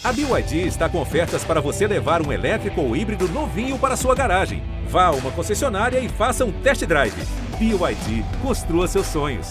A BYD está com ofertas para você levar um elétrico ou híbrido novinho para sua garagem. Vá a uma concessionária e faça um test drive. BYD, construa seus sonhos.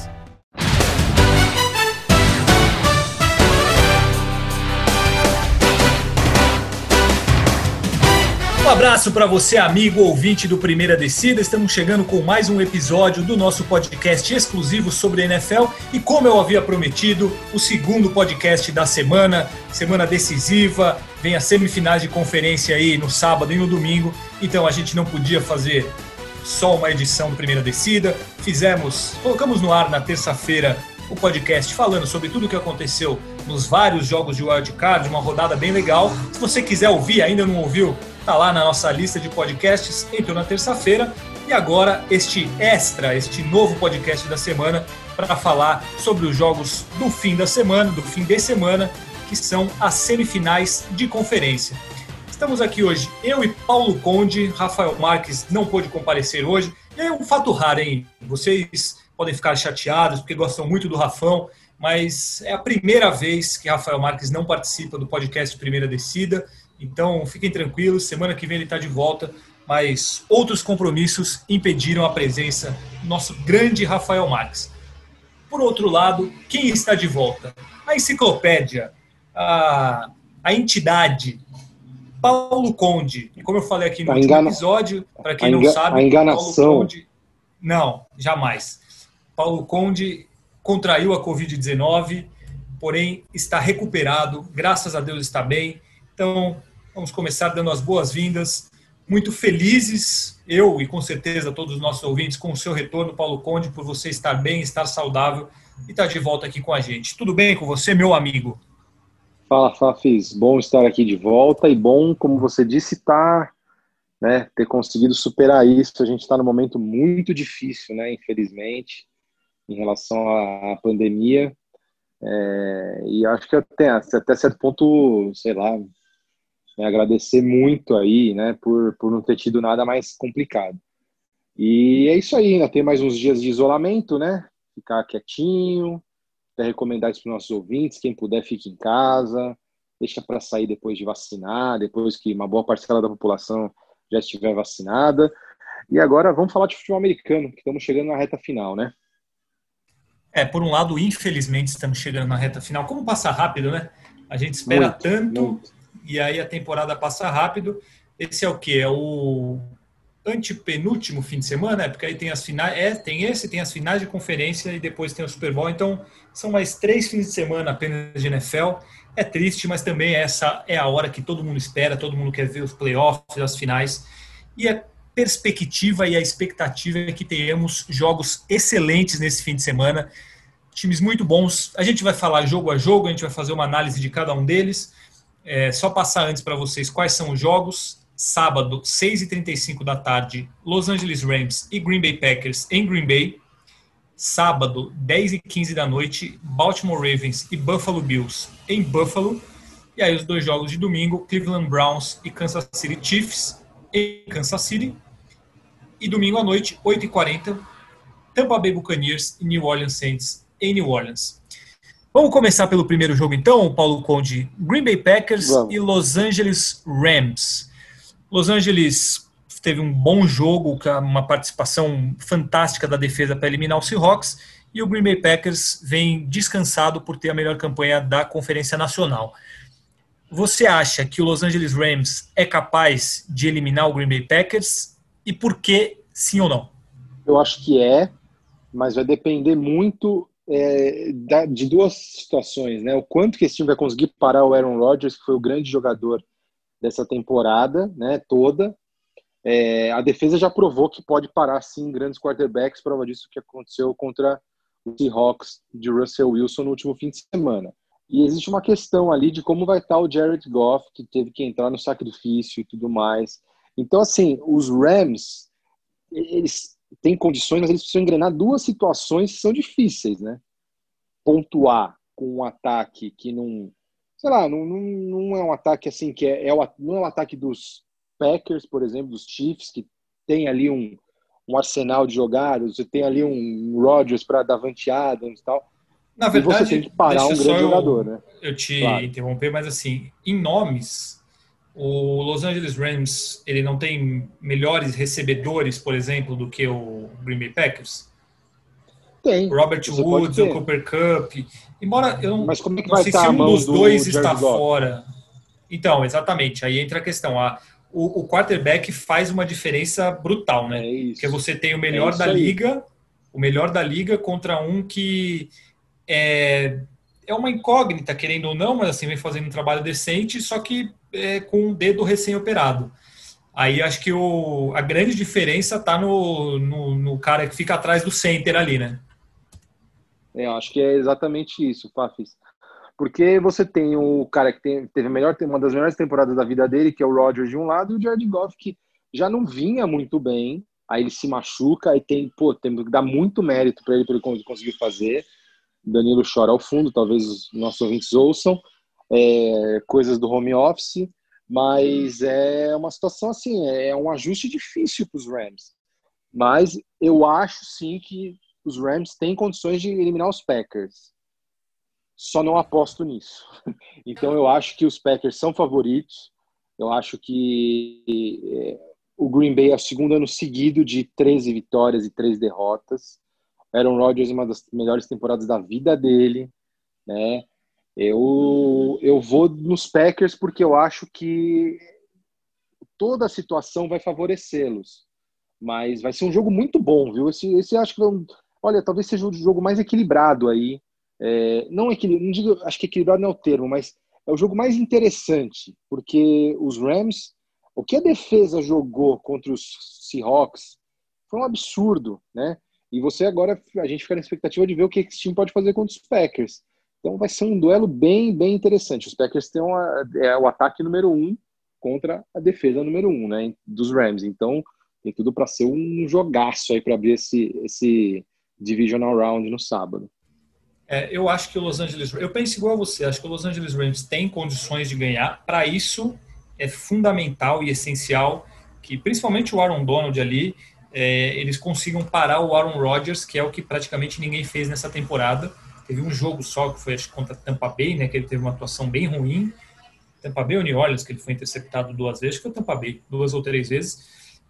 Um abraço para você, amigo ouvinte do Primeira Descida. Estamos chegando com mais um episódio do nosso podcast exclusivo sobre a NFL. E como eu havia prometido, o segundo podcast da semana decisiva. Vem as semifinais de conferência aí no sábado e no domingo. Então a gente não podia fazer só uma edição do Primeira Descida. Colocamos no ar na terça-feira o podcast falando sobre tudo o que aconteceu nos vários jogos de Wild Card, uma rodada bem legal. Se você quiser ouvir, ainda não ouviu, tá lá na nossa lista de podcasts, entrou na terça-feira. E agora este novo podcast da semana para falar sobre os jogos do fim de semana, que são as semifinais de conferência. Estamos aqui hoje, eu e Paulo Conde. Rafael Marques não pôde comparecer hoje. E é um fato raro, hein? Vocês podem ficar chateados porque gostam muito do Rafão, mas é a primeira vez que Rafael Marques não participa do podcast Primeira Descida. Então, fiquem tranquilos, semana que vem ele está de volta, mas outros compromissos impediram a presença do nosso grande Rafael Marques. Por outro lado, quem está de volta? A enciclopédia, a entidade, Paulo Conde. E como eu falei aqui no último episódio, para quem não sabe, a enganação. Paulo Conde... Não, jamais. Paulo Conde contraiu a Covid-19, porém está recuperado, graças a Deus está bem. Então, vamos começar dando as boas-vindas, muito felizes, eu e com certeza todos os nossos ouvintes, com o seu retorno, Paulo Conde, por você estar bem, estar saudável e estar de volta aqui com a gente. Tudo bem com você, meu amigo? Fala, Fafis. Bom estar aqui de volta e bom, como você disse, ter conseguido superar isso. A gente está num momento muito difícil, né, infelizmente, em relação à pandemia. E acho que até certo ponto, sei lá, agradecer muito aí, né, por não ter tido nada mais complicado. E é isso aí, ainda tem mais uns dias de isolamento, né, ficar quietinho, até recomendar isso para os nossos ouvintes, quem puder fique em casa, deixa para sair depois de vacinar, depois que uma boa parcela da população já estiver vacinada. E agora vamos falar de futebol americano, que estamos chegando na reta final, né? Por um lado, infelizmente, estamos chegando na reta final. Como passa rápido, né? A gente espera tanto. E aí a temporada passa rápido. Esse é o quê? É o antepenúltimo fim de semana, porque aí tem as finais, tem as finais de conferência e depois tem o Super Bowl. Então, são mais 3 fins de semana apenas de NFL. É triste, mas também essa é a hora que todo mundo espera, todo mundo quer ver os playoffs, as finais. E a perspectiva e a expectativa é que tenhamos jogos excelentes nesse fim de semana. Times muito bons. A gente vai falar jogo a jogo, a gente vai fazer uma análise de cada um deles. Só passar antes para vocês quais são os jogos. Sábado, 6h35 da tarde, Los Angeles Rams e Green Bay Packers em Green Bay. Sábado, 10h15 da noite, Baltimore Ravens e Buffalo Bills em Buffalo. E aí os 2 jogos de domingo, Cleveland Browns e Kansas City Chiefs em Kansas City. E domingo à noite, 8h40, Tampa Bay Buccaneers e New Orleans Saints em New Orleans. Vamos começar pelo primeiro jogo então, Paulo Conde. Green Bay Packers e Los Angeles Rams. Los Angeles teve um bom jogo, uma participação fantástica da defesa para eliminar o Seahawks, e o Green Bay Packers vem descansado por ter a melhor campanha da Conferência Nacional. Você acha que o Los Angeles Rams é capaz de eliminar o Green Bay Packers? E por que sim ou não? Eu acho que mas vai depender muito de 2 situações, né? O quanto que esse time vai conseguir parar o Aaron Rodgers, que foi o grande jogador dessa temporada, né, toda. A defesa já provou que pode parar, sim, grandes quarterbacks, prova disso que aconteceu contra o Seahawks de Russell Wilson no último fim de semana. E existe uma questão ali de como vai estar o Jared Goff, que teve que entrar no sacrifício e tudo mais. Então, assim, os Rams, eles têm condições, mas eles precisam engrenar 2 situações que são difíceis, né? Pontuar com um ataque que não... Sei lá, não é um ataque assim que não é um ataque dos Packers, por exemplo, dos Chiefs, que tem ali um arsenal de jogadas, você tem ali um Rodgers para Davante Adams e tal. Na verdade, e você tem que parar um grande jogador, né? Eu te interromper, mas assim, em nomes, o Los Angeles Rams, ele não tem melhores recebedores, por exemplo, do que o Green Bay Packers? Tem. O Robert Woods, o Cooper Kupp. Embora eu não, mas como é que não vai sei estar se a um mão dos do dois Jared está Goff? fora. Então, exatamente. Aí entra a questão. O quarterback faz uma diferença brutal, né? É isso. Porque você tem o melhor da liga, contra um que é uma incógnita, querendo ou não, mas assim, vem fazendo um trabalho decente, só que com um dedo recém-operado. Aí acho que a grande diferença está no cara que fica atrás do center ali, né? Eu acho que é exatamente isso, Fafis. Porque você tem o cara que teve uma das melhores temporadas da vida dele, que é o Rodgers de um lado, e o Jared Goff, que já não vinha muito bem, aí ele se machuca, aí tem que dar muito mérito para ele conseguir fazer. Danilo chora ao fundo, talvez os nossos ouvintes ouçam, coisas do home office, mas é uma situação assim, é um ajuste difícil para os Rams. Mas eu acho sim que os Rams têm condições de eliminar os Packers. Só não aposto nisso. Então eu acho que os Packers são favoritos. Eu acho que o Green Bay é o segundo ano seguido de 13 vitórias e 3 derrotas. Aaron Rodgers, uma das melhores temporadas da vida dele, né? Eu vou nos Packers porque eu acho que toda a situação vai favorecê-los. Mas vai ser um jogo muito bom, viu? Esse acho que olha, talvez seja o jogo mais equilibrado aí. Não digo, acho que equilibrado não é o termo, mas é o jogo mais interessante, porque os Rams, o que a defesa jogou contra os Seahawks foi um absurdo, né? E a gente fica na expectativa de ver o que esse time pode fazer contra os Packers. Então vai ser um duelo bem, bem interessante. Os Packers têm o ataque número 1 contra a defesa número 1, né, dos Rams. Então tem tudo para ser um jogaço aí para abrir esse Divisional Round no sábado. Eu acho que o Los Angeles... Eu penso igual a você. Acho que o Los Angeles Rams tem condições de ganhar. Para isso, é fundamental e essencial que, principalmente o Aaron Donald ali, eles consigam parar o Aaron Rodgers, que é o que praticamente ninguém fez nessa temporada. Teve um jogo só, que foi acho, contra Tampa Bay, né, que ele teve uma atuação bem ruim. Tampa Bay ou New Orleans, que ele foi interceptado 2 vezes. Acho que foi Tampa Bay, 2 ou 3 vezes.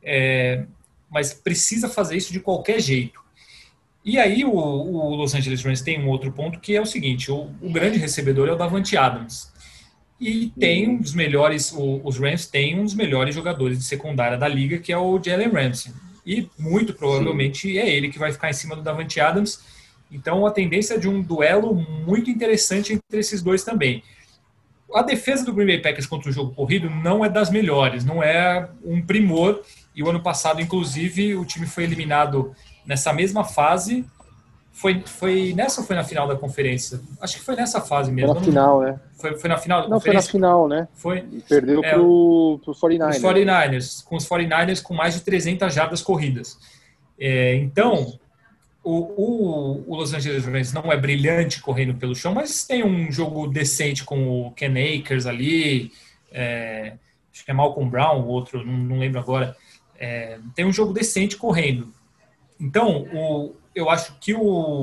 Mas precisa fazer isso de qualquer jeito. E aí o Los Angeles Rams tem um outro ponto, que é o seguinte, o grande recebedor é o Davante Adams. E tem um dos melhores, os Rams têm um dos melhores jogadores de secundária da liga, que é o Jalen Ramsey. E muito provavelmente é ele que vai ficar em cima do Davante Adams. Então a tendência é de um duelo muito interessante entre esses dois também. A defesa do Green Bay Packers contra o jogo corrido não é das melhores, não é um primor. E o ano passado, inclusive, o time foi eliminado nessa mesma fase. Foi nessa ou foi na final da conferência? Acho que foi nessa fase mesmo. Foi na final, né? Foi na final da conferência? Não, foi na final, né? Foi. E perdeu pro 49ers. Os 49ers. Com os 49ers com mais de 300 jardas corridas. Então, o Los Angeles Rams não é brilhante correndo pelo chão, mas tem um jogo decente com o Ken Akers ali. Acho que é Malcolm Brown, o outro, não lembro agora. Tem um jogo decente correndo. Então, eu acho que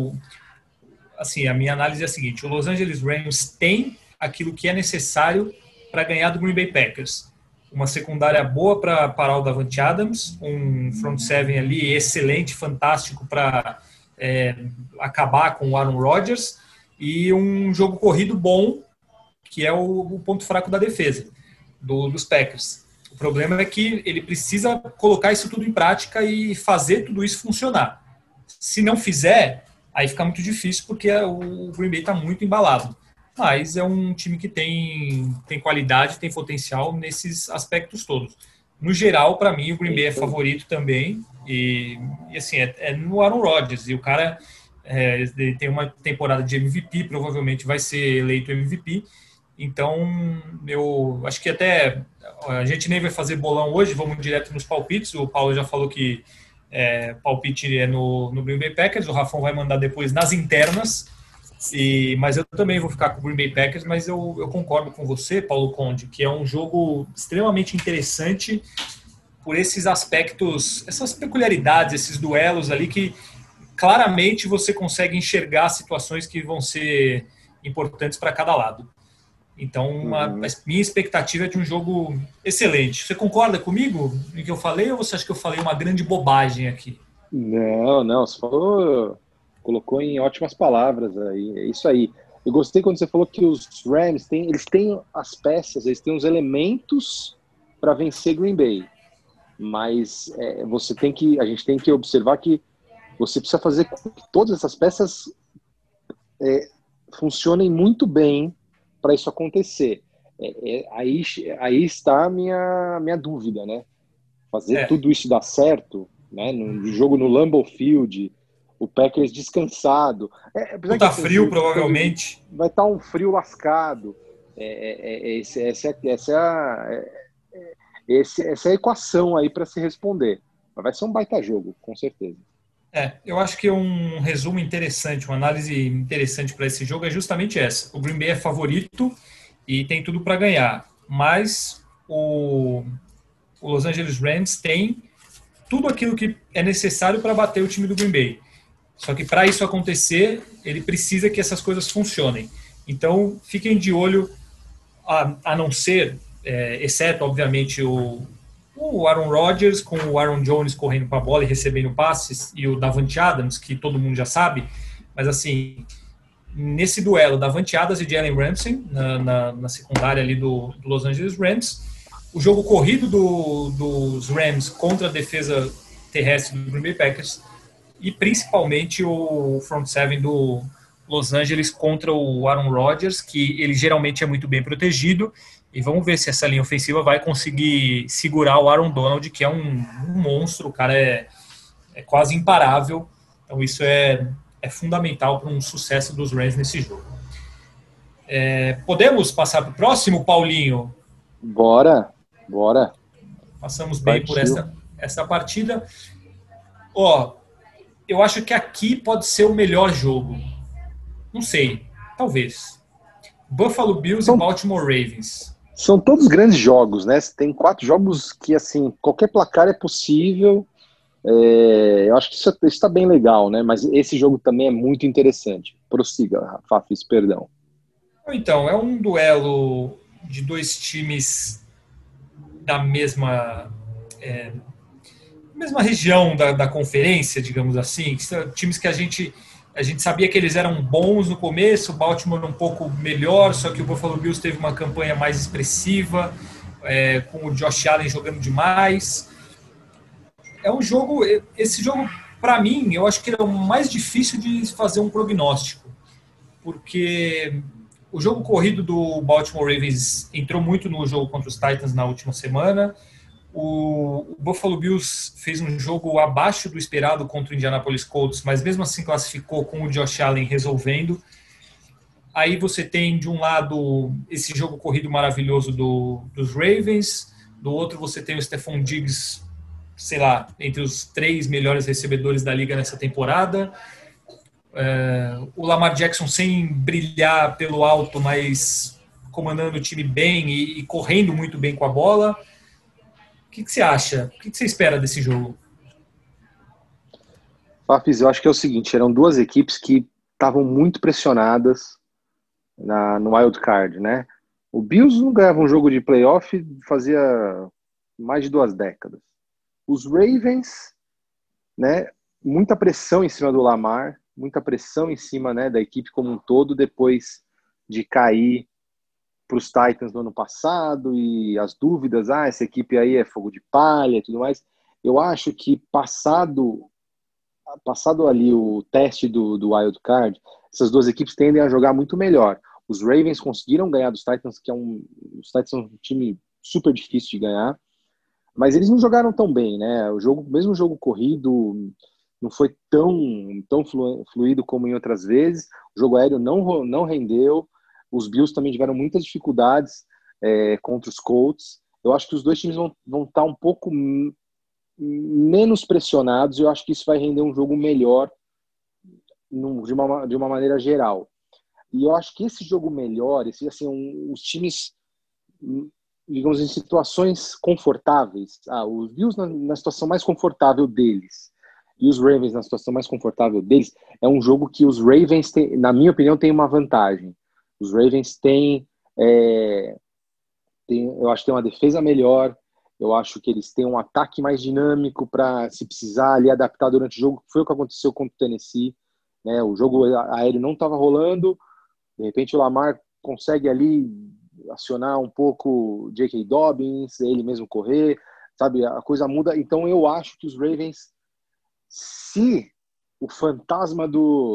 a minha análise é a seguinte: o Los Angeles Rams tem aquilo que é necessário para ganhar do Green Bay Packers. Uma secundária boa para parar o Davante Adams, um front seven ali excelente, fantástico para acabar com o Aaron Rodgers, e um jogo corrido bom, que é o ponto fraco da defesa dos Packers. O problema é que ele precisa colocar isso tudo em prática e fazer tudo isso funcionar. Se não fizer, aí fica muito difícil, porque o Green Bay está muito embalado. Mas é um time que tem qualidade, tem potencial nesses aspectos todos. No geral, para mim, o Green Bay é favorito também. E assim, é no Aaron Rodgers. E o cara ele tem uma temporada de MVP, provavelmente vai ser eleito MVP. Então, eu acho que até a gente nem vai fazer bolão hoje, vamos direto nos palpites. O Paulo já falou que palpite é no Green Bay Packers, o Rafão vai mandar depois nas internas, mas eu também vou ficar com o Green Bay Packers, mas eu concordo com você, Paulo Conde, que é um jogo extremamente interessante por esses aspectos, essas peculiaridades, esses duelos ali que claramente você consegue enxergar situações que vão ser importantes para cada lado. Então, a minha expectativa é de um jogo excelente. Você concorda comigo no que eu falei ou você acha que eu falei uma grande bobagem aqui? Não, você colocou em ótimas palavras aí, é isso aí. Eu gostei quando você falou que os Rams eles têm as peças, eles têm os elementos para vencer Green Bay, mas a gente tem que observar que você precisa fazer com que todas essas peças funcionem muito bem para isso acontecer. Aí está a minha dúvida, né? Fazer tudo isso dar certo, né? No jogo no Lambeau Field, o Packers descansado. Tá frio, provavelmente. Vai estar um frio lascado. Essa é a equação aí para se responder. Mas vai ser um baita jogo, com certeza. Eu acho que um resumo interessante, uma análise interessante para esse jogo é justamente essa. O Green Bay é favorito e tem tudo para ganhar, mas o Los Angeles Rams tem tudo aquilo que é necessário para bater o time do Green Bay. Só que para isso acontecer, ele precisa que essas coisas funcionem. Então, fiquem de olho, a não ser, exceto, obviamente, o Aaron Rodgers com o Aaron Jones correndo com a bola e recebendo passes, e o Davante Adams, que todo mundo já sabe, mas assim, nesse duelo, Davante Adams e Jalen Ramsey, na secundária ali do Los Angeles Rams, o jogo corrido dos Rams contra a defesa terrestre do Green Bay Packers, e principalmente o front seven do Los Angeles contra o Aaron Rodgers, que ele geralmente é muito bem protegido. E vamos ver se essa linha ofensiva vai conseguir segurar o Aaron Donald, que é um monstro, o cara é quase imparável. Então isso é fundamental para um sucesso dos Rams nesse jogo. Podemos passar para o próximo, Paulinho? Bora. Passamos bem por essa partida. Eu acho que aqui pode ser o melhor jogo. Não sei, talvez. Buffalo Bills e Baltimore Ravens. São todos grandes jogos, né? Tem 4 jogos que, assim, qualquer placar é possível. Eu acho que isso está bem legal, né? Mas esse jogo também é muito interessante. Prossiga, Fafis, perdão. Então, é um duelo de 2 times da mesma região da conferência, digamos assim. Times que a gente sabia que eles eram bons no começo, o Baltimore um pouco melhor, só que o Buffalo Bills teve uma campanha mais expressiva, com o Josh Allen jogando demais. Esse jogo, para mim, eu acho que ele é o mais difícil de fazer um prognóstico, porque o jogo corrido do Baltimore Ravens entrou muito no jogo contra os Titans na última semana. O Buffalo Bills fez um jogo abaixo do esperado contra o Indianapolis Colts, mas mesmo assim classificou com o Josh Allen resolvendo. Aí você tem, de um lado, esse jogo corrido maravilhoso dos Ravens, do outro você tem o Stephon Diggs, sei lá, entre os 3 melhores recebedores da liga nessa temporada. O Lamar Jackson sem brilhar pelo alto, mas comandando o time bem e correndo muito bem com a bola. O que você acha? O que você espera desse jogo? Fafis, eu acho que é o seguinte, eram 2 equipes que estavam muito pressionadas no wild card, né? O Bills não ganhava um jogo de playoff fazia mais de 2 décadas. Os Ravens, né? Muita pressão em cima do Lamar, muita pressão em cima, né, da equipe como um todo, depois de cair para os Titans no ano passado, e as dúvidas, essa equipe aí é fogo de palha e tudo mais. Eu acho que passado ali o teste do wild card, essas 2 equipes tendem a jogar muito melhor. Os Ravens conseguiram ganhar dos Titans, os Titans são um time super difícil de ganhar, mas eles não jogaram tão bem, né? Mesmo o jogo corrido não foi tão fluido como em outras vezes. O jogo aéreo não rendeu. Os Bills também tiveram muitas dificuldades contra os Colts. Eu acho que os 2 times vão estar um pouco menos pressionados. Eu acho que isso vai render um jogo melhor de uma maneira geral. E eu acho que esse jogo melhor, os times, digamos, em situações confortáveis, os Bills na situação mais confortável deles, e os Ravens na situação mais confortável deles, é um jogo que os Ravens, na minha opinião, tem uma vantagem. Os Ravens eu acho que tem uma defesa melhor, eu acho que eles têm um ataque mais dinâmico para, se precisar, ali adaptar durante o jogo. Foi o que aconteceu contra o Tennessee, né? O jogo aéreo não estava rolando, de repente o Lamar consegue ali acionar um pouco J.K. Dobbins, ele mesmo correr, sabe? A coisa muda. Então eu acho que os Ravens, se o fantasma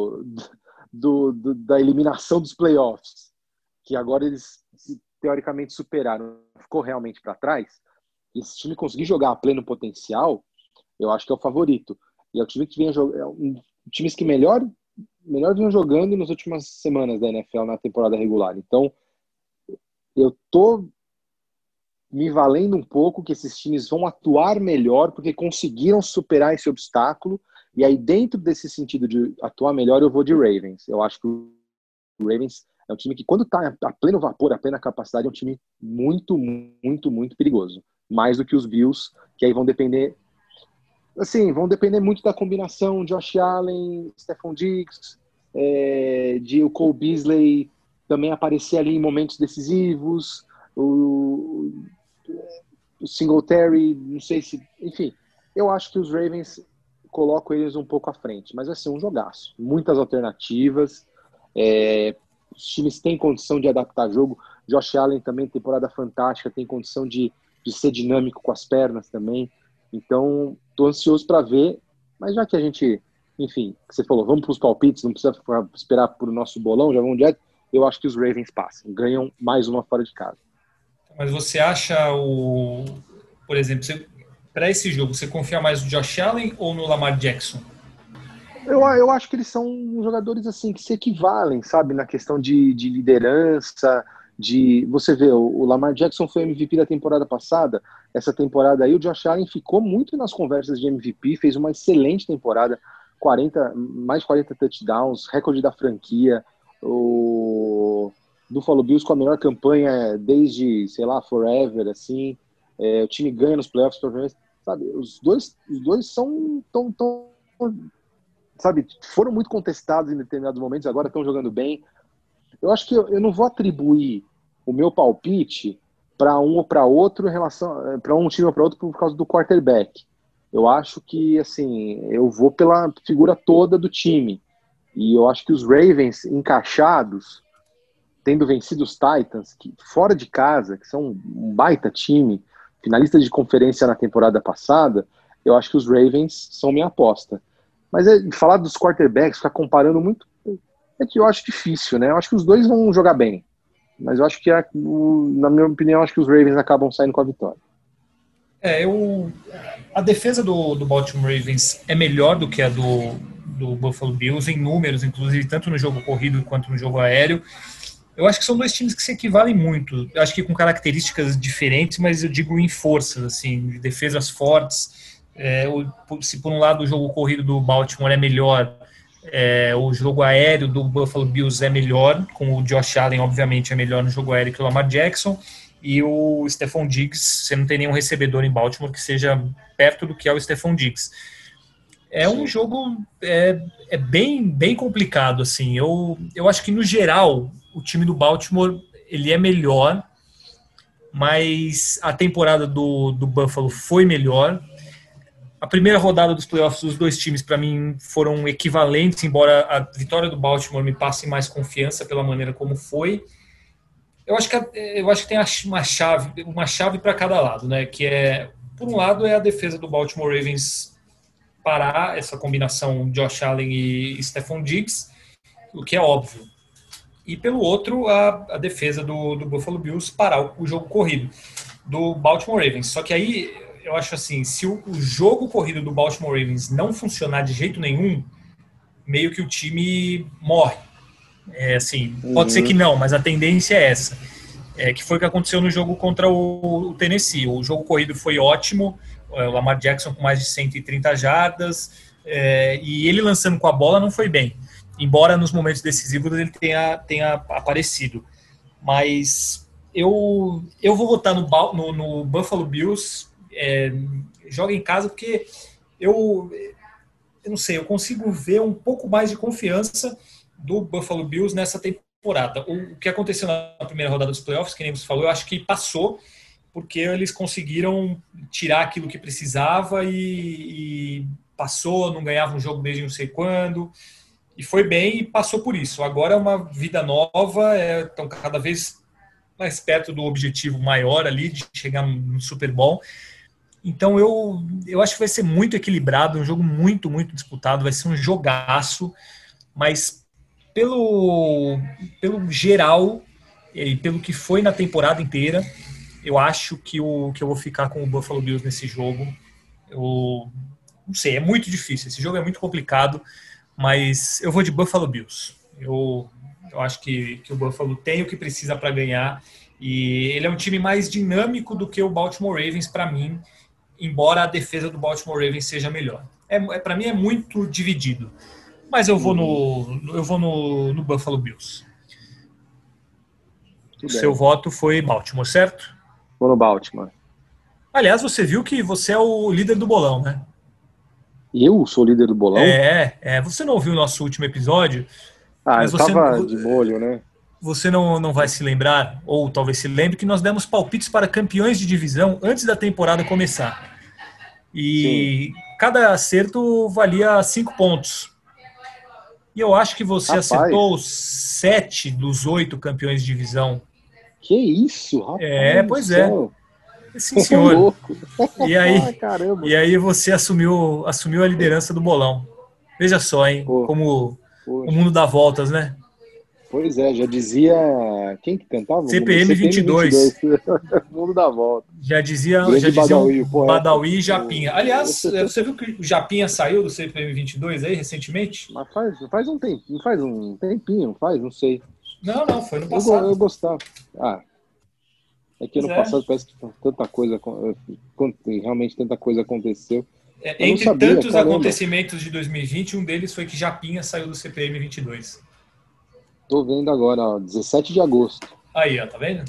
da eliminação dos playoffs, que agora eles teoricamente superaram, ficou realmente para trás, e esse time conseguir jogar a pleno potencial, eu acho que é o favorito. E é o time que vinha jogando, times que melhor vinham jogando nas últimas semanas da NFL na temporada regular. Então, eu tô me valendo um pouco que esses times vão atuar melhor porque conseguiram superar esse obstáculo. E aí, dentro desse sentido de atuar melhor, eu vou de Ravens. Eu acho que o Ravens é um time que, quando está a pleno vapor, a plena capacidade, é um time muito, muito, muito perigoso. Mais do que os Bills, que aí vão depender muito da combinação Josh Allen, Stephon Diggs, de o Cole Beasley também aparecer ali em momentos decisivos, o Singletary, não sei se... Enfim, eu acho que os Ravens colocam eles um pouco à frente, mas vai ser um jogaço. Muitas alternativas, os times têm condição de adaptar jogo. Josh Allen também, temporada fantástica, tem condição de ser dinâmico com as pernas também. Então, estou ansioso para ver, mas já que a gente, enfim, você falou, vamos para os palpites, não precisa esperar por o nosso bolão, já vamos direto, eu acho que os Ravens passam, ganham mais uma fora de casa. Mas você acha por exemplo, para esse jogo, você confia mais no Josh Allen ou no Lamar Jackson? Eu acho que eles são jogadores assim que se equivalem, sabe, na questão de liderança, você vê, o Lamar Jackson foi MVP da temporada passada, essa temporada aí o Josh Allen ficou muito nas conversas de MVP, fez uma excelente temporada, mais de 40 touchdowns, recorde da franquia, o Buffalo Bills com a melhor campanha desde, sei lá, forever, assim, o time ganha nos playoffs, sabe, os dois são sabe, foram muito contestados em determinados momentos, agora estão jogando bem. Eu acho que eu não vou atribuir o meu palpite para um ou para outro em relação para um time ou para outro por causa do quarterback. Eu acho que assim, eu vou pela figura toda do time. E eu acho que os Ravens encaixados, tendo vencido os Titans, que fora de casa, que são um baita time, finalista de conferência na temporada passada, eu acho que os Ravens são minha aposta. Mas falar dos quarterbacks, ficar comparando muito, é que eu acho difícil, né? Eu acho que os dois vão jogar bem. Mas eu acho que, na minha opinião, acho que os Ravens acabam saindo com a vitória. A defesa do Baltimore Ravens é melhor do que a do Buffalo Bills, em números, inclusive, tanto no jogo corrido quanto no jogo aéreo. Eu acho que são dois times que se equivalem muito. Eu acho que com características diferentes, mas eu digo em forças, assim, defesas fortes. Se por um lado o jogo corrido do Baltimore é melhor, o jogo aéreo do Buffalo Bills é melhor, com o Josh Allen obviamente é melhor no jogo aéreo que o Lamar Jackson, e o Stephon Diggs, você não tem nenhum recebedor em Baltimore que seja perto do que é o Stephon Diggs. Um jogo bem, bem complicado, assim. Eu acho que no geral o time do Baltimore ele é melhor, mas a temporada do Buffalo foi melhor. A primeira rodada dos playoffs dos dois times, para mim, foram equivalentes, embora a vitória do Baltimore me passe mais confiança pela maneira como foi. Eu acho que tem uma chave para cada lado, né? Que por um lado, é a defesa do Baltimore Ravens parar essa combinação Josh Allen e Stephon Diggs, o que é óbvio. E pelo outro, a defesa do Buffalo Bills parar o jogo corrido do Baltimore Ravens. Só que aí eu acho assim, se o jogo corrido do Baltimore Ravens não funcionar de jeito nenhum, meio que o time morre. Pode ser que não, mas a tendência é essa. Que foi o que aconteceu no jogo contra o Tennessee. O jogo corrido foi ótimo, o Lamar Jackson com mais de 130 jardas, e ele lançando com a bola não foi bem, embora nos momentos decisivos ele tenha aparecido. Mas eu vou votar no Buffalo Bills, joga em casa, porque eu não sei, eu consigo ver um pouco mais de confiança do Buffalo Bills nessa temporada. O que aconteceu na primeira rodada dos playoffs, que nem você falou, eu acho que passou, porque eles conseguiram tirar aquilo que precisava e passou, não ganhava um jogo desde não sei quando, e foi bem e passou por isso. Agora é uma vida nova, estão cada vez mais perto do objetivo maior ali, de chegar no Super Bowl. Então eu acho que vai ser muito equilibrado, um jogo muito, muito disputado, vai ser um jogaço, mas pelo geral e pelo que foi na temporada inteira, eu acho que eu vou ficar com o Buffalo Bills nesse jogo. Eu não sei, é muito difícil, esse jogo é muito complicado, mas eu vou de Buffalo Bills. Eu acho que o Buffalo tem o que precisa para ganhar, e ele é um time mais dinâmico do que o Baltimore Ravens para mim, embora a defesa do Baltimore Ravens seja melhor. Para mim é muito dividido, mas eu vou no Buffalo Bills. O seu voto foi Baltimore, certo? Vou no Baltimore. Aliás, você viu que você é o líder do bolão, né? Eu sou o líder do bolão? Você não ouviu o nosso último episódio? Mas eu tava de molho, né? Você não vai se lembrar, ou talvez se lembre, que nós demos palpites para campeões de divisão antes da temporada começar. E cada acerto valia 5 pontos. E eu acho que você acertou 7 dos 8 campeões de divisão. Que isso, rapaz? Pois é. Sim, senhor. Louco. E aí você assumiu a liderança do bolão. Veja só, hein? Como o mundo dá voltas, né? Pois é, já dizia... Quem que cantava? CPM 22. O mundo dá volta. Já dizia Badawi e Japinha. Aliás, você viu que o Japinha saiu do CPM 22 aí recentemente? Mas faz um tempo, não faz um tempinho, não sei. Não, foi no passado. Eu gostava. É que ano passado parece que tanta coisa, realmente tanta coisa aconteceu. Entre tantos acontecimentos de 2020, um deles foi que Japinha saiu do CPM 22. Tô vendo agora, 17 de agosto. Aí, tá vendo?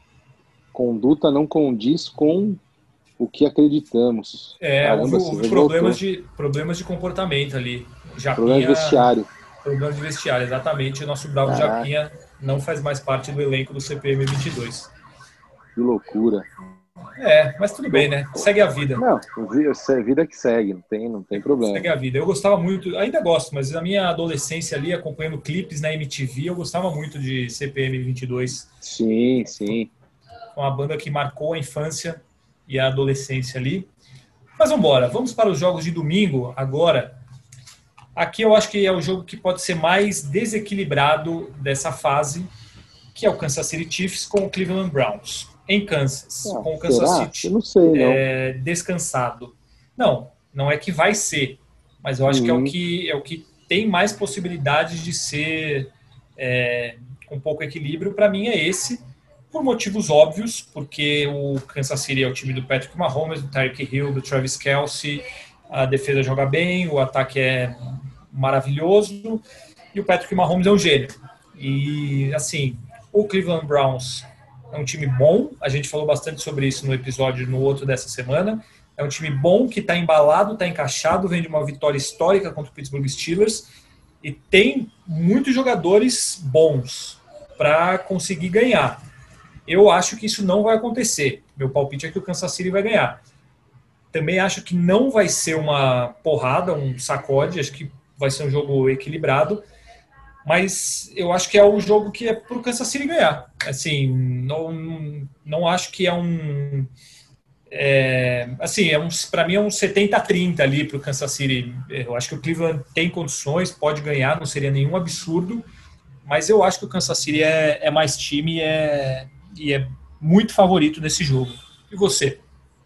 Conduta não condiz com o que acreditamos. Houve problemas de comportamento ali. Japinha, problemas de vestiário. Problemas de vestiário, exatamente. O nosso bravo Japinha não faz mais parte do elenco do CPM 22. Que loucura. Mas tudo bem, né? Segue a vida. Não, a vida que segue, não tem problema. Segue a vida. Eu gostava muito, ainda gosto, mas na minha adolescência ali, acompanhando clipes na MTV, eu gostava muito de CPM 22. Sim. Uma banda que marcou a infância e a adolescência ali. Mas vamos para os jogos de domingo agora. Aqui eu acho que é o jogo que pode ser mais desequilibrado dessa fase, que é o Kansas City Chiefs com o Cleveland Browns. Em Kansas, com o Kansas City eu não sei, descansado. Não é que vai ser, mas eu acho que é o que tem mais possibilidades de ser com pouco equilíbrio. Para mim é esse, por motivos óbvios, porque o Kansas City é o time do Patrick Mahomes, do Tyreek Hill, do Travis Kelce, a defesa joga bem, o ataque é maravilhoso e o Patrick Mahomes é um gênio. E assim, o Cleveland Browns é um time bom, a gente falou bastante sobre isso no outro dessa semana. É um time bom que está embalado, está encaixado, vem de uma vitória histórica contra o Pittsburgh Steelers e tem muitos jogadores bons para conseguir ganhar. Eu acho que isso não vai acontecer. Meu palpite é que o Kansas City vai ganhar. Também acho que não vai ser uma porrada, um sacode, acho que vai ser um jogo equilibrado. Mas eu acho que é um jogo que é para o Kansas City ganhar. Assim, não acho que é um... para mim é um 70-30 ali para o Kansas City. Eu acho que o Cleveland tem condições, pode ganhar, não seria nenhum absurdo. Mas eu acho que o Kansas City é mais time e é muito favorito nesse jogo. E você?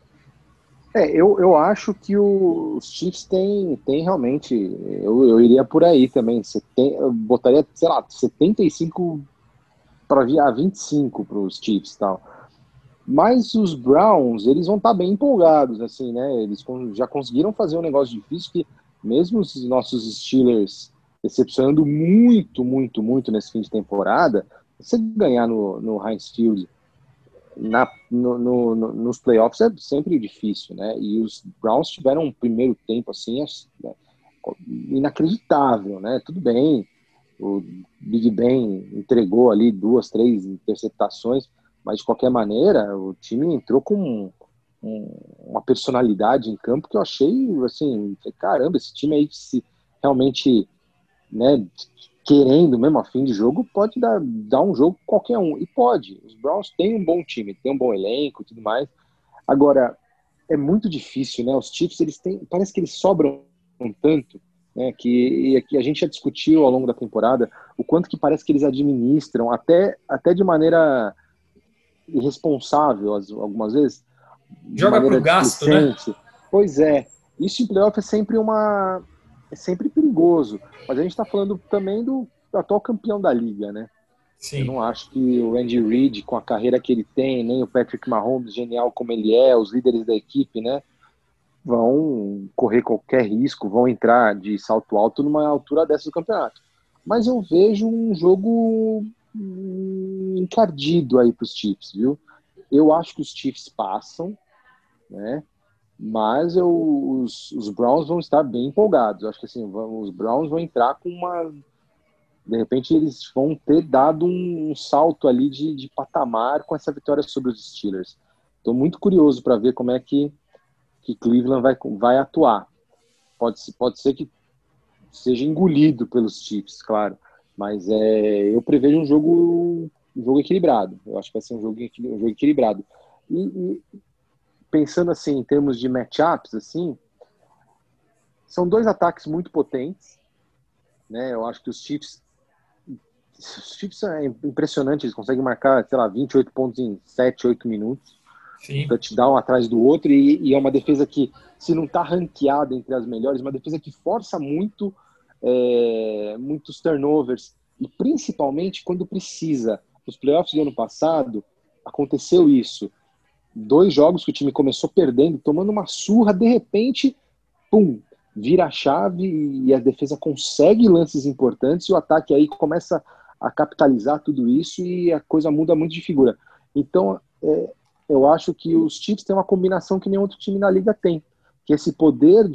Eu acho que os Chiefs têm realmente... Eu iria por aí também. Eu botaria, 75 a 25 para os Chiefs e tal. Mas os Browns, eles vão estar bem empolgados, assim, né? Eles já conseguiram fazer um negócio difícil que, mesmo os nossos Steelers decepcionando muito, muito, muito nesse fim de temporada, você ganhar no Heinz Field nos playoffs é sempre difícil, né? E os Browns tiveram um primeiro tempo, assim, inacreditável, né? Tudo bem, o Big Ben entregou ali 2, 3 interceptações, mas de qualquer maneira o time entrou com uma personalidade em campo que eu achei, assim, caramba, esse time aí, se realmente, né, querendo mesmo a fim de jogo, pode dar um jogo qualquer um, e pode. Os Browns têm um bom time, têm um bom elenco e tudo mais. Agora, é muito difícil, né? Os Chiefs, parece que eles sobram tanto, né, que a gente já discutiu ao longo da temporada o quanto que parece que eles administram até de maneira irresponsável algumas vezes, joga pro gasto, né? Pois é, isso em playoff é sempre perigoso, mas a gente está falando também do atual campeão da liga, né? Sim. Eu não acho que o Andy Reid, com a carreira que ele tem, nem o Patrick Mahomes, genial como ele é, os líderes da equipe, né, vão correr qualquer risco, vão entrar de salto alto numa altura dessa do campeonato. Mas eu vejo um jogo encardido aí para os Chiefs, viu? Eu acho que os Chiefs passam, né? Mas os Browns vão estar bem empolgados. Eu acho que assim, os Browns vão entrar com de repente eles vão ter dado um salto ali de patamar com essa vitória sobre os Steelers. Estou muito curioso para ver como é que Cleveland vai atuar. Pode ser que seja engolido pelos Chiefs, claro, mas eu prevejo um jogo equilibrado. Eu acho que vai ser um jogo equilibrado. E pensando assim, em termos de matchups, assim, são dois ataques muito potentes, né? Eu acho que os Chiefs é impressionante, eles conseguem marcar, sei lá, 28 pontos em 7, 8 minutos. Sim. Um touchdown atrás do outro, e é uma defesa que, se não está ranqueada entre as melhores, uma defesa que força muitos turnovers, e principalmente quando precisa. Nos playoffs do ano passado, aconteceu isso. 2 jogos que o time começou perdendo, tomando uma surra, de repente, pum, vira a chave e a defesa consegue lances importantes, e o ataque aí começa a capitalizar tudo isso e a coisa muda muito de figura. Então, eu acho que os Chiefs têm uma combinação que nenhum outro time na liga tem, que esse poder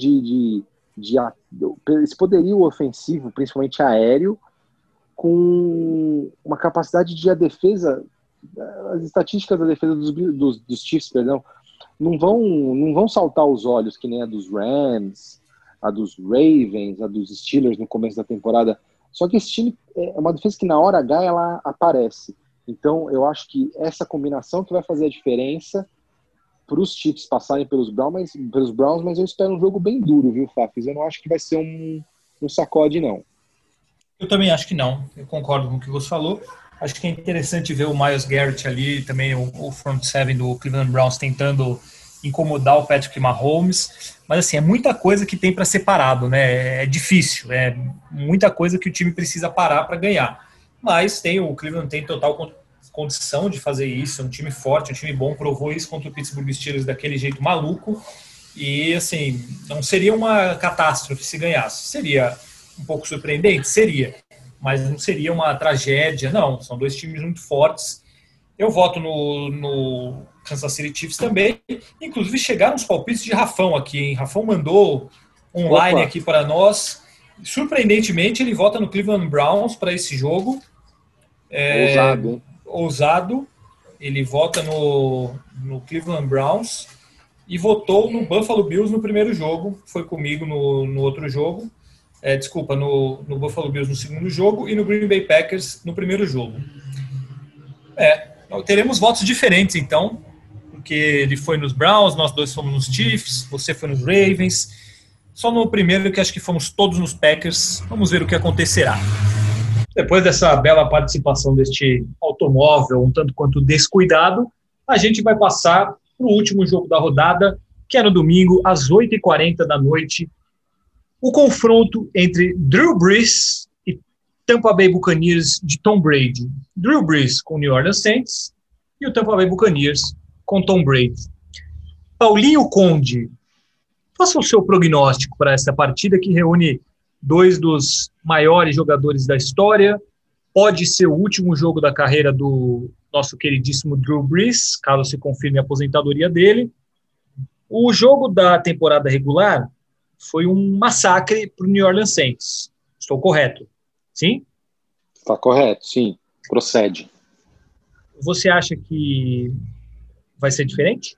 esse poderio ofensivo, principalmente aéreo, com uma capacidade de a defesa, as estatísticas da defesa dos Chiefs, perdão, não vão saltar os olhos que nem a dos Rams, a dos Ravens, a dos Steelers no começo da temporada. Só que esse time é uma defesa que na hora H ela aparece. Então, eu acho que essa combinação que vai fazer a diferença para os Chiefs passarem pelos Browns, mas eu espero um jogo bem duro, viu, Fafis? Eu não acho que vai ser um sacode, não. Eu também acho que não. Eu concordo com o que você falou. Acho que é interessante ver o Myles Garrett ali, também o front seven do Cleveland Browns tentando incomodar o Patrick Mahomes. Mas, assim, é muita coisa que tem para ser parado, né? É difícil. É muita coisa que o time precisa parar para ganhar. Mas o Cleveland tem total condição de fazer isso. É um time forte, um time bom. Provou isso contra o Pittsburgh Steelers daquele jeito maluco. E, assim, não seria uma catástrofe se ganhasse. Seria um pouco surpreendente? Seria. Mas não seria uma tragédia, não. São 2 times muito fortes. Eu voto no Kansas City Chiefs também. Inclusive, chegaram os palpites de Rafão aqui, hein? Rafão mandou online aqui para nós. Surpreendentemente, ele vota no Cleveland Browns para esse jogo. Ousado. Ele vota no Cleveland Browns e votou no Buffalo Bills no primeiro jogo. Foi comigo no outro jogo. No Buffalo Bills no segundo jogo e no Green Bay Packers no primeiro jogo. Teremos votos diferentes, então, porque ele foi nos Browns, nós 2 fomos nos Chiefs, você foi nos Ravens. Só no primeiro que acho que fomos todos nos Packers. Vamos ver o que acontecerá. Depois dessa bela participação deste automóvel, um tanto quanto descuidado, a gente vai passar para o último jogo da rodada, que é no domingo, às 8h40 da noite. O confronto entre Drew Brees e Tampa Bay Buccaneers de Tom Brady. Drew Brees com o New Orleans Saints e o Tampa Bay Buccaneers com Tom Brady. Paulinho Conde, faça o seu prognóstico para essa partida que reúne 2 dos maiores jogadores da história. Pode ser o último jogo da carreira do nosso queridíssimo Drew Brees, caso se confirme a aposentadoria dele. O jogo da temporada regular foi um massacre para o New Orleans Saints. Estou correto? Sim? Está correto, sim. Procede. Você acha que vai ser diferente?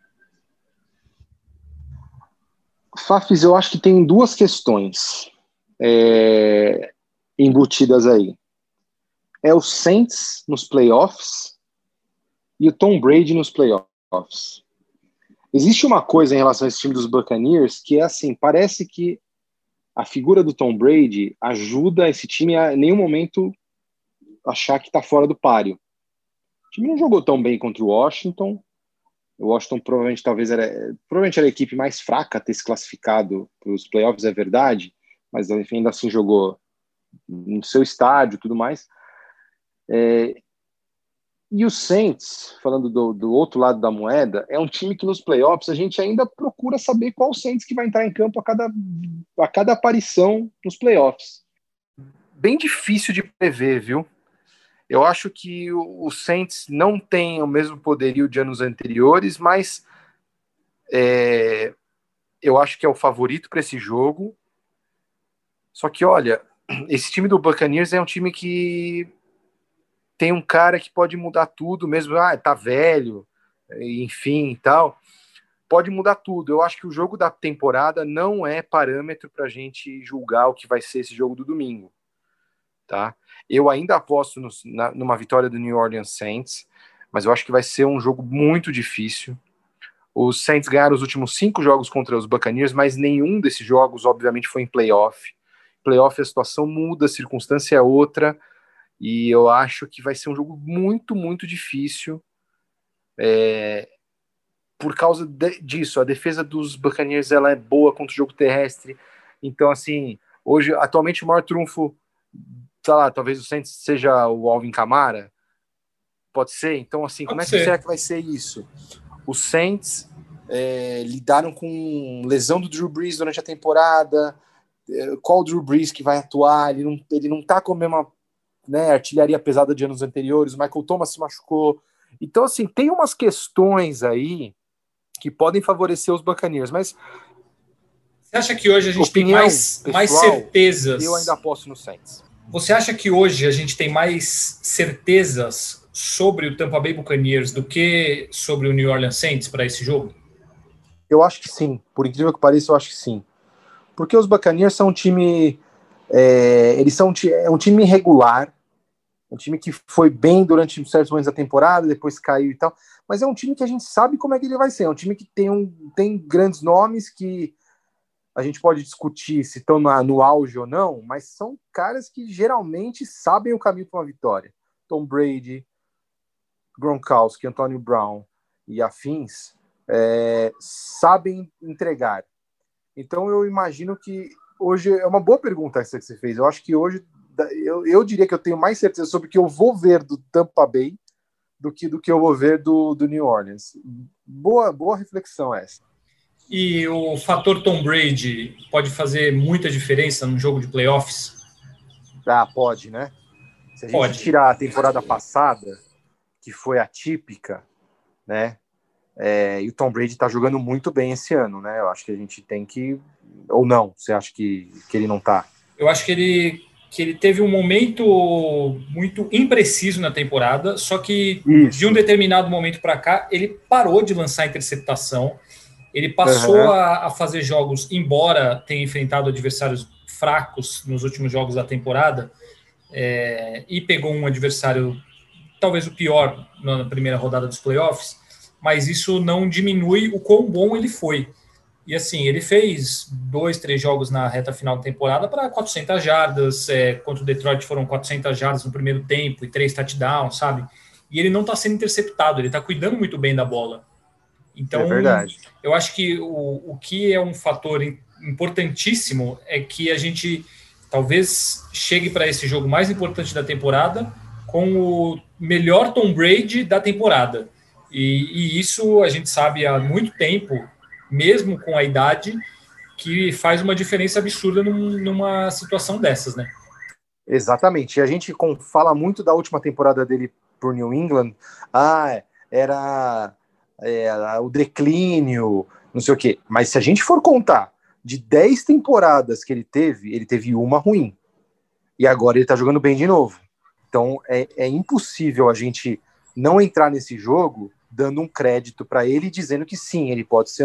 Fafis, eu acho que tem duas questões embutidas aí. É o Saints nos playoffs e o Tom Brady nos playoffs. Existe uma coisa em relação a esse time dos Buccaneers que é assim, parece que a figura do Tom Brady ajuda esse time a em nenhum momento achar que está fora do páreo. O time não jogou tão bem contra o Washington. O Washington provavelmente era a equipe mais fraca a ter se classificado para os playoffs, é verdade, mas enfim, ainda assim jogou no seu estádio e tudo mais. E o Saints, falando do outro lado da moeda, é um time que nos playoffs a gente ainda procura saber qual Saints que vai entrar em campo a cada aparição nos playoffs. Bem difícil de prever, viu? Eu acho que o Saints não tem o mesmo poderio de anos anteriores, mas eu acho que é o favorito para esse jogo. Só que, olha, esse time do Buccaneers é um time que tem um cara que pode mudar tudo, mesmo, tá velho, enfim e tal, pode mudar tudo. Eu acho que o jogo da temporada não é parâmetro para a gente julgar o que vai ser esse jogo do domingo, tá? Eu ainda aposto numa vitória do New Orleans Saints, mas eu acho que vai ser um jogo muito difícil. Os Saints ganharam os últimos 5 jogos contra os Buccaneers, mas nenhum desses jogos, obviamente, foi em playoff. Playoff a situação muda, a circunstância é outra, e eu acho que vai ser um jogo muito, muito difícil por causa disso. A defesa dos Buccaneers ela é boa contra o jogo terrestre, então, assim, hoje, atualmente, o maior trunfo, sei lá, talvez o Saints seja o Alvin Kamara, pode ser? Então, assim, como é que será que vai ser isso? Os Saints lidaram com lesão do Drew Brees durante a temporada, qual o Drew Brees que vai atuar, ele não tá com a mesma artilharia pesada de anos anteriores, o Michael Thomas se machucou, então assim, tem umas questões aí que podem favorecer os Buccaneers, mas você acha que hoje a gente tem mais certezas? Eu ainda aposto no Saints. Você acha que hoje a gente tem mais certezas sobre o Tampa Bay Buccaneers do que sobre o New Orleans Saints para esse jogo? Eu acho que sim, por incrível que pareça, eu acho que sim. Porque os Buccaneers são um time... é um time irregular, um time que foi bem durante certos momentos da temporada, depois caiu e tal, mas é um time que a gente sabe como é que ele vai ser, é um time que tem grandes nomes que a gente pode discutir se estão no auge ou não, mas são caras que geralmente sabem o caminho para uma vitória. Tom Brady, Gronkowski, Antonio Brown e afins sabem entregar. Então eu imagino que hoje é uma boa pergunta essa que você fez. Eu acho que hoje eu diria que eu tenho mais certeza sobre o que eu vou ver do Tampa Bay do que eu vou ver do New Orleans. Boa reflexão essa. E o fator Tom Brady pode fazer muita diferença num jogo de playoffs? Pode, né? Se a gente tirar a temporada passada, que foi atípica, né? E o Tom Brady tá jogando muito bem esse ano, né? Eu acho que a gente tem que... Ou não? Você acha que ele não tá? Eu acho que ele teve um momento muito impreciso na temporada, só que de um determinado momento para cá, ele parou de lançar interceptação, ele passou a fazer jogos, embora tenha enfrentado adversários fracos nos últimos jogos da temporada, e pegou um adversário, talvez o pior, na primeira rodada dos playoffs, mas isso não diminui o quão bom ele foi. E assim, ele fez 2, 3 jogos na reta final da temporada para 400 jardas, contra o Detroit foram 400 jardas no primeiro tempo e 3 touchdowns, sabe? E ele não está sendo interceptado, ele está cuidando muito bem da bola. Então, eu acho que o que é um fator importantíssimo é que a gente talvez chegue para esse jogo mais importante da temporada com o melhor Tom Brady da temporada. E isso a gente sabe há muito tempo, mesmo com a idade, que faz uma diferença absurda numa situação dessas, né? Exatamente. E a gente fala muito da última temporada dele por New England. Era o declínio, não sei o quê. Mas se a gente for contar de 10 temporadas que ele teve uma ruim. E agora ele tá jogando bem de novo. Então é impossível a gente não entrar nesse jogo dando um crédito para ele e dizendo que sim, ele pode ser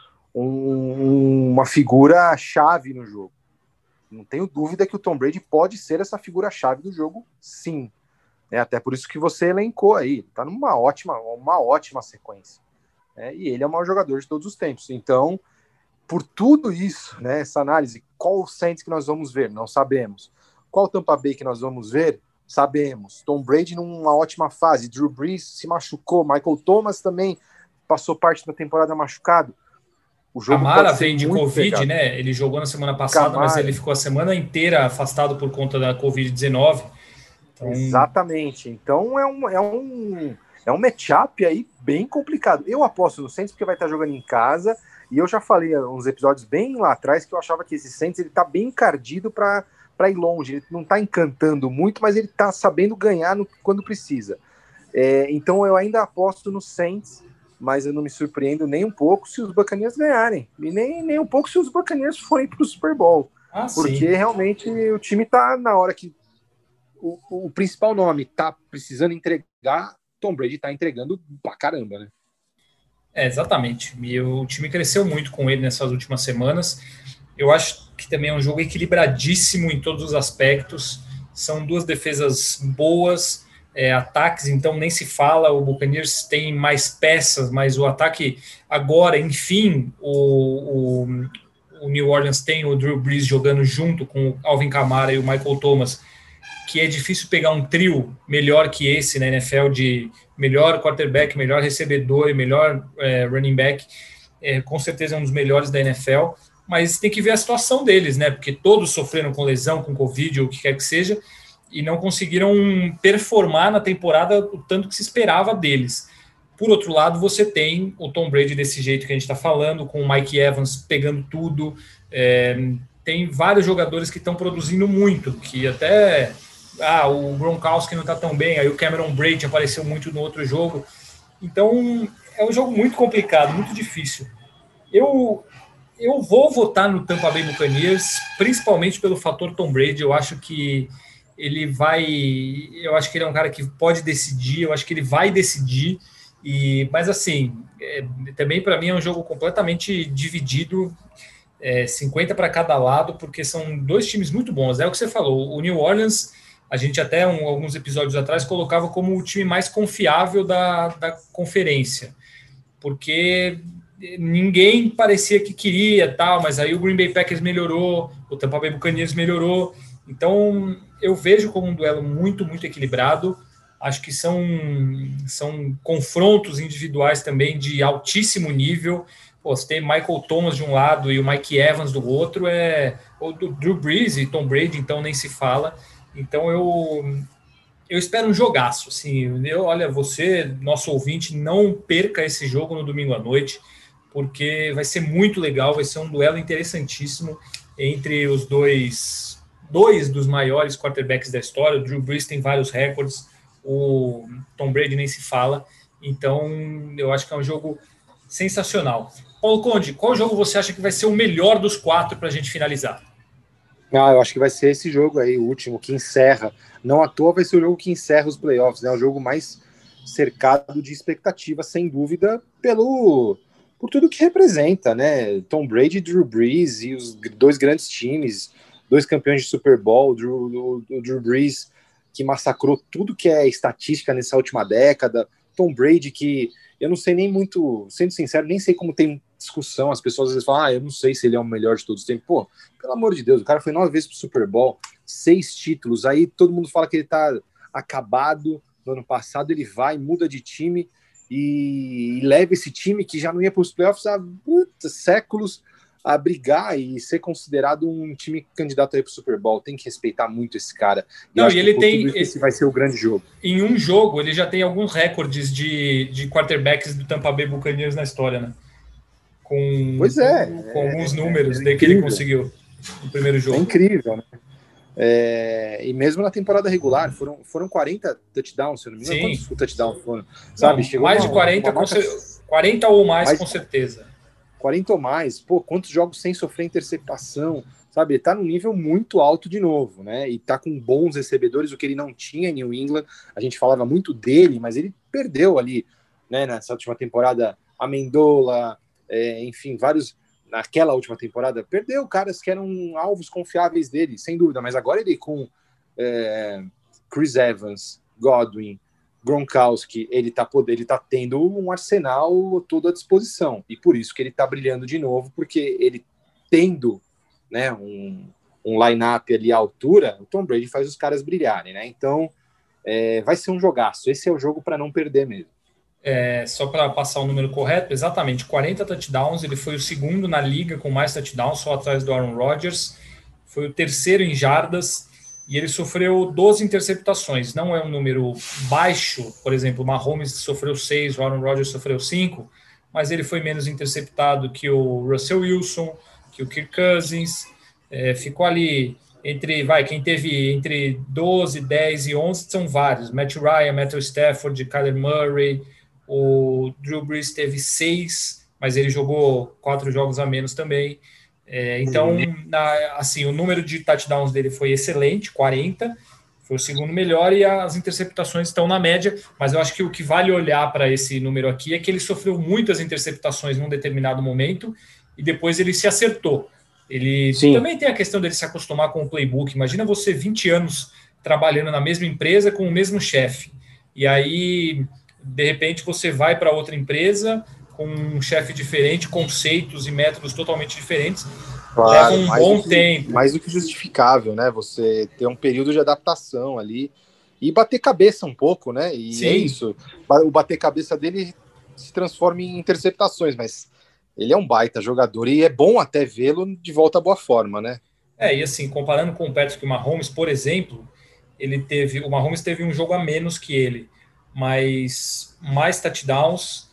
uma figura-chave no jogo. Não tenho dúvida que o Tom Brady pode ser essa figura-chave do jogo, sim. Até por isso que você elencou aí. Está numa ótima sequência. E ele é o maior jogador de todos os tempos. Então, por tudo isso, né, essa análise, qual o Saints que nós vamos ver? Não sabemos. Qual o Tampa Bay que nós vamos ver? Sabemos. Tom Brady numa ótima fase. Drew Brees se machucou. Michael Thomas também passou parte da temporada machucado. O jogo Camara vem de Covid, pegado, né? Ele jogou na semana passada, mas ele ficou a semana inteira afastado por conta da Covid-19. Então... Exatamente. Então é um matchup aí bem complicado. Eu aposto no Saints porque vai estar jogando em casa. E eu já falei uns episódios bem lá atrás que eu achava que esse Saints ele tá bem encardido para ir longe. Ele não tá encantando muito, mas ele tá sabendo ganhar quando precisa. Então eu ainda aposto no Saints, mas eu não me surpreendo nem um pouco se os Buccaneers ganharem. E nem um pouco se os Buccaneers forem pro Super Bowl. Porque sim, realmente o time tá na hora que o principal nome tá precisando entregar, Tom Brady tá entregando pra caramba, né? Exatamente. E o time cresceu muito com ele nessas últimas semanas. Eu acho que também é um jogo equilibradíssimo em todos os aspectos. São duas defesas boas, ataques, então nem se fala. O Buccaneers tem mais peças, mas o ataque agora, enfim, o New Orleans tem o Drew Brees jogando junto com o Alvin Kamara e o Michael Thomas, que é difícil pegar um trio melhor que esse na NFL, de melhor quarterback, melhor recebedor e melhor running back. Com certeza é um dos melhores da NFL, mas tem que ver a situação deles, né? Porque todos sofreram com lesão, com Covid ou o que quer que seja, e não conseguiram performar na temporada o tanto que se esperava deles. Por outro lado, você tem o Tom Brady desse jeito que a gente está falando, com o Mike Evans pegando tudo. Tem vários jogadores que estão produzindo muito, que até... o Gronkowski não está tão bem, aí o Cameron Brate apareceu muito no outro jogo. Então, é um jogo muito complicado, muito difícil. Eu vou votar no Tampa Bay Buccaneers, principalmente pelo fator Tom Brady. Eu acho que ele é um cara que pode decidir, eu acho que ele vai decidir. Mas assim, também para mim é um jogo completamente dividido, 50 para cada lado, porque são dois times muito bons. É o que você falou, o New Orleans, a gente até alguns episódios atrás colocava como o time mais confiável da conferência, porque ninguém parecia que queria, tal, mas aí o Green Bay Packers melhorou, o Tampa Bay Buccaneers melhorou. Então eu vejo como um duelo muito, muito equilibrado. Acho que são confrontos individuais também de altíssimo nível. Você tem Michael Thomas de um lado e o Mike Evans do outro, ou do Drew Brees e Tom Brady, então nem se fala. Então eu espero um jogaço. Assim, olha, você, nosso ouvinte, não perca esse jogo no domingo à noite, porque vai ser muito legal, vai ser um duelo interessantíssimo entre os dois dos maiores quarterbacks da história. O Drew Brees tem vários recordes, o Tom Brady nem se fala. Então eu acho que é um jogo sensacional. Paulo Conde, qual jogo você acha que vai ser o melhor dos quatro para a gente finalizar? Eu acho que vai ser esse jogo aí, o último, que encerra. Não à toa vai ser o jogo que encerra os playoffs, né? O jogo mais cercado de expectativa, sem dúvida, por tudo que representa, né? Tom Brady e Drew Brees e os dois grandes times, dois campeões de Super Bowl, o Drew Brees, que massacrou tudo que é estatística nessa última década, Tom Brady, que eu não sei nem muito, sendo sincero, nem sei como tem discussão, as pessoas às vezes falam, eu não sei se ele é o melhor de todos os tempos. Pô, pelo amor de Deus, o cara foi 9 vezes pro Super Bowl, 6 títulos, aí todo mundo fala que ele tá acabado. No ano passado ele vai, muda de time e leva esse time que já não ia para os playoffs há séculos a brigar e ser considerado um time candidato aí para o Super Bowl. Tem que respeitar muito esse cara. Não, e ele tem... Esse vai ser o grande jogo. Em um jogo, ele já tem alguns recordes de quarterbacks do Tampa Bay Buccaneers na história, né? Com alguns números que ele conseguiu no primeiro jogo. É incrível, né? E mesmo na temporada regular, foram 40 touchdowns, se eu não me engano. Quantos touchdowns foram? Sabe? Chegou mais de 40, 40 ou mais com certeza. 40 ou mais. Pô, quantos jogos sem sofrer interceptação, sabe? Ele tá num nível muito alto de novo, né? E tá com bons recebedores, o que ele não tinha em New England. A gente falava muito dele, mas ele perdeu ali, né? Nessa última temporada, Amendola, enfim, vários... Naquela última temporada, perdeu caras que eram alvos confiáveis dele, sem dúvida. Mas agora ele com Chris Evans, Godwin, Gronkowski, ele tá tendo um arsenal todo à disposição. E por isso que ele tá brilhando de novo, porque ele tendo, né, um line-up ali à altura, o Tom Brady faz os caras brilharem, né? Então, vai ser um jogaço. Esse é o jogo para não perder mesmo. Só para passar o número correto, exatamente, 40 touchdowns, ele foi o segundo na liga com mais touchdowns, só atrás do Aaron Rodgers, foi o terceiro em jardas, e ele sofreu 12 interceptações. Não é um número baixo, por exemplo, o Mahomes sofreu 6, o Aaron Rodgers sofreu 5, mas ele foi menos interceptado que o Russell Wilson, que o Kirk Cousins, ficou ali quem teve entre 12, 10 e 11 são vários, Matt Ryan, Matthew Stafford, Kyler Murray, o Drew Brees teve 6, mas ele jogou 4 jogos a menos também. Então, assim, o número de touchdowns dele foi excelente, 40, foi o segundo melhor, e as interceptações estão na média, mas eu acho que o que vale olhar para esse número aqui é que ele sofreu muitas interceptações num determinado momento, e depois ele se acertou. Ele também tem a questão dele se acostumar com o playbook. Imagina você 20 anos trabalhando na mesma empresa com o mesmo chefe, e aí... de repente você vai para outra empresa com um chefe diferente, conceitos e métodos totalmente diferentes, claro, leva um bom tempo. Mais do que justificável, né? Você ter um período de adaptação ali e bater cabeça um pouco, né? E Sim. É isso. O bater cabeça dele se transforma em interceptações, mas ele é um baita jogador e é bom até vê-lo de volta à boa forma, né? E assim, comparando com o Patrick Mahomes, por exemplo, o Mahomes teve um jogo a menos que ele, mas mais touchdowns,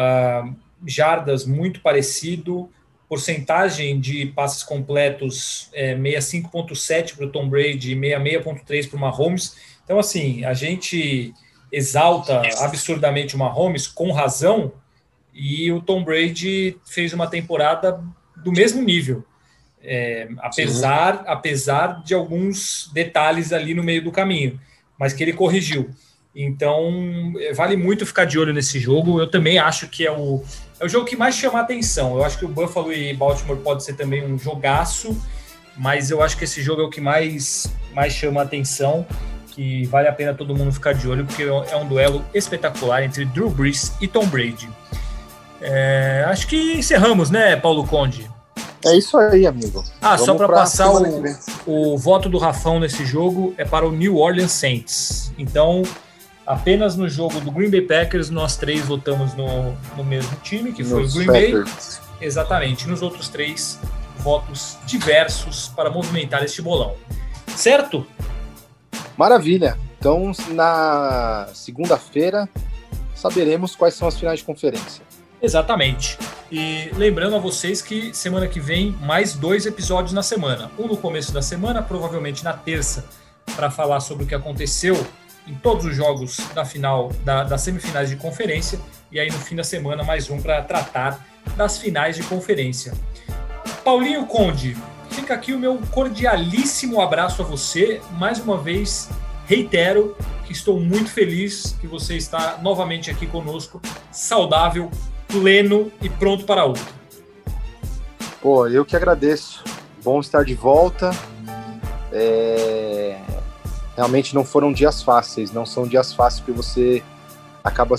jardas muito parecido, porcentagem de passes completos 65,7 para o Tom Brady e 66,3 para o Mahomes. Então, assim, a gente exalta absurdamente o Mahomes, com razão, e o Tom Brady fez uma temporada do mesmo nível, apesar de alguns detalhes ali no meio do caminho, mas que ele corrigiu. Então, vale muito ficar de olho nesse jogo. Eu também acho que é o jogo que mais chama a atenção. Eu acho que o Buffalo e Baltimore pode ser também um jogaço, mas eu acho que esse jogo é o que mais chama a atenção, que vale a pena todo mundo ficar de olho, porque é um duelo espetacular entre Drew Brees e Tom Brady. Acho que encerramos, né, Paulo Conde? É isso aí, amigo. Só para passar o voto do Rafão nesse jogo é para o New Orleans Saints. Então... apenas no jogo do Green Bay Packers nós 3 votamos no mesmo time, que foi o Green Bay. Exatamente. Nos outros 3, votos diversos para movimentar este bolão. Certo? Maravilha. Então, na segunda-feira, saberemos quais são as finais de conferência. Exatamente. E lembrando a vocês que semana que vem, mais 2 episódios na semana. Um no começo da semana, provavelmente na terça, para falar sobre o que aconteceu em todos os jogos da final, das semifinais de conferência, e aí no fim da semana mais um para tratar das finais de conferência. Paulinho Conde, fica aqui o meu cordialíssimo abraço a você. Mais uma vez, reitero que estou muito feliz que você está novamente aqui conosco, saudável, pleno e pronto para outro. Pô, eu que agradeço. Bom estar de volta. Realmente não foram dias fáceis, não são dias fáceis, porque você acaba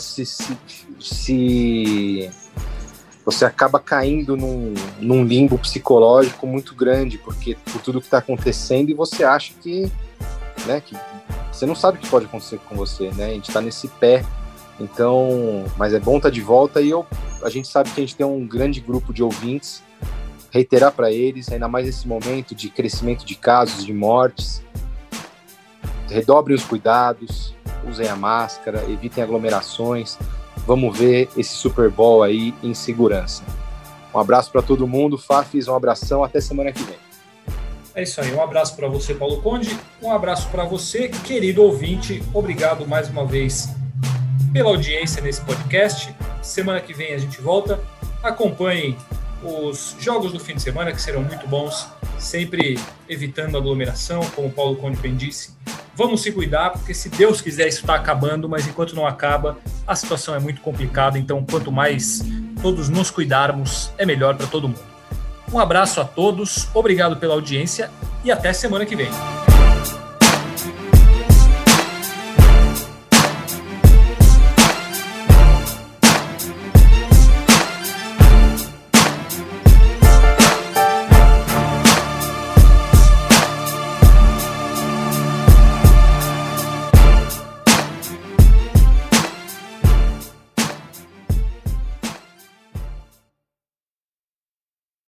você acaba caindo num limbo psicológico muito grande, porque por tudo que está acontecendo, e você acha que você não sabe o que pode acontecer com você, né? A gente está nesse pé, então, mas é bom estar de volta, e a gente sabe que a gente tem um grande grupo de ouvintes, reiterar para eles, ainda mais nesse momento de crescimento de casos, de mortes, redobrem os cuidados, usem a máscara, evitem aglomerações, vamos ver esse Super Bowl aí em segurança. Um abraço para todo mundo, Fafis, um abração, até semana que vem. É isso aí, um abraço para você, Paulo Conde, um abraço para você, querido ouvinte, obrigado mais uma vez pela audiência nesse podcast. Semana que vem a gente volta, acompanhem os jogos do fim de semana, que serão muito bons, sempre evitando aglomeração, como o Paulo Conde bem disse. Vamos se cuidar, porque se Deus quiser isso está acabando, mas enquanto não acaba, a situação é muito complicada, então quanto mais todos nos cuidarmos, é melhor para todo mundo. Um abraço a todos, obrigado pela audiência e até semana que vem.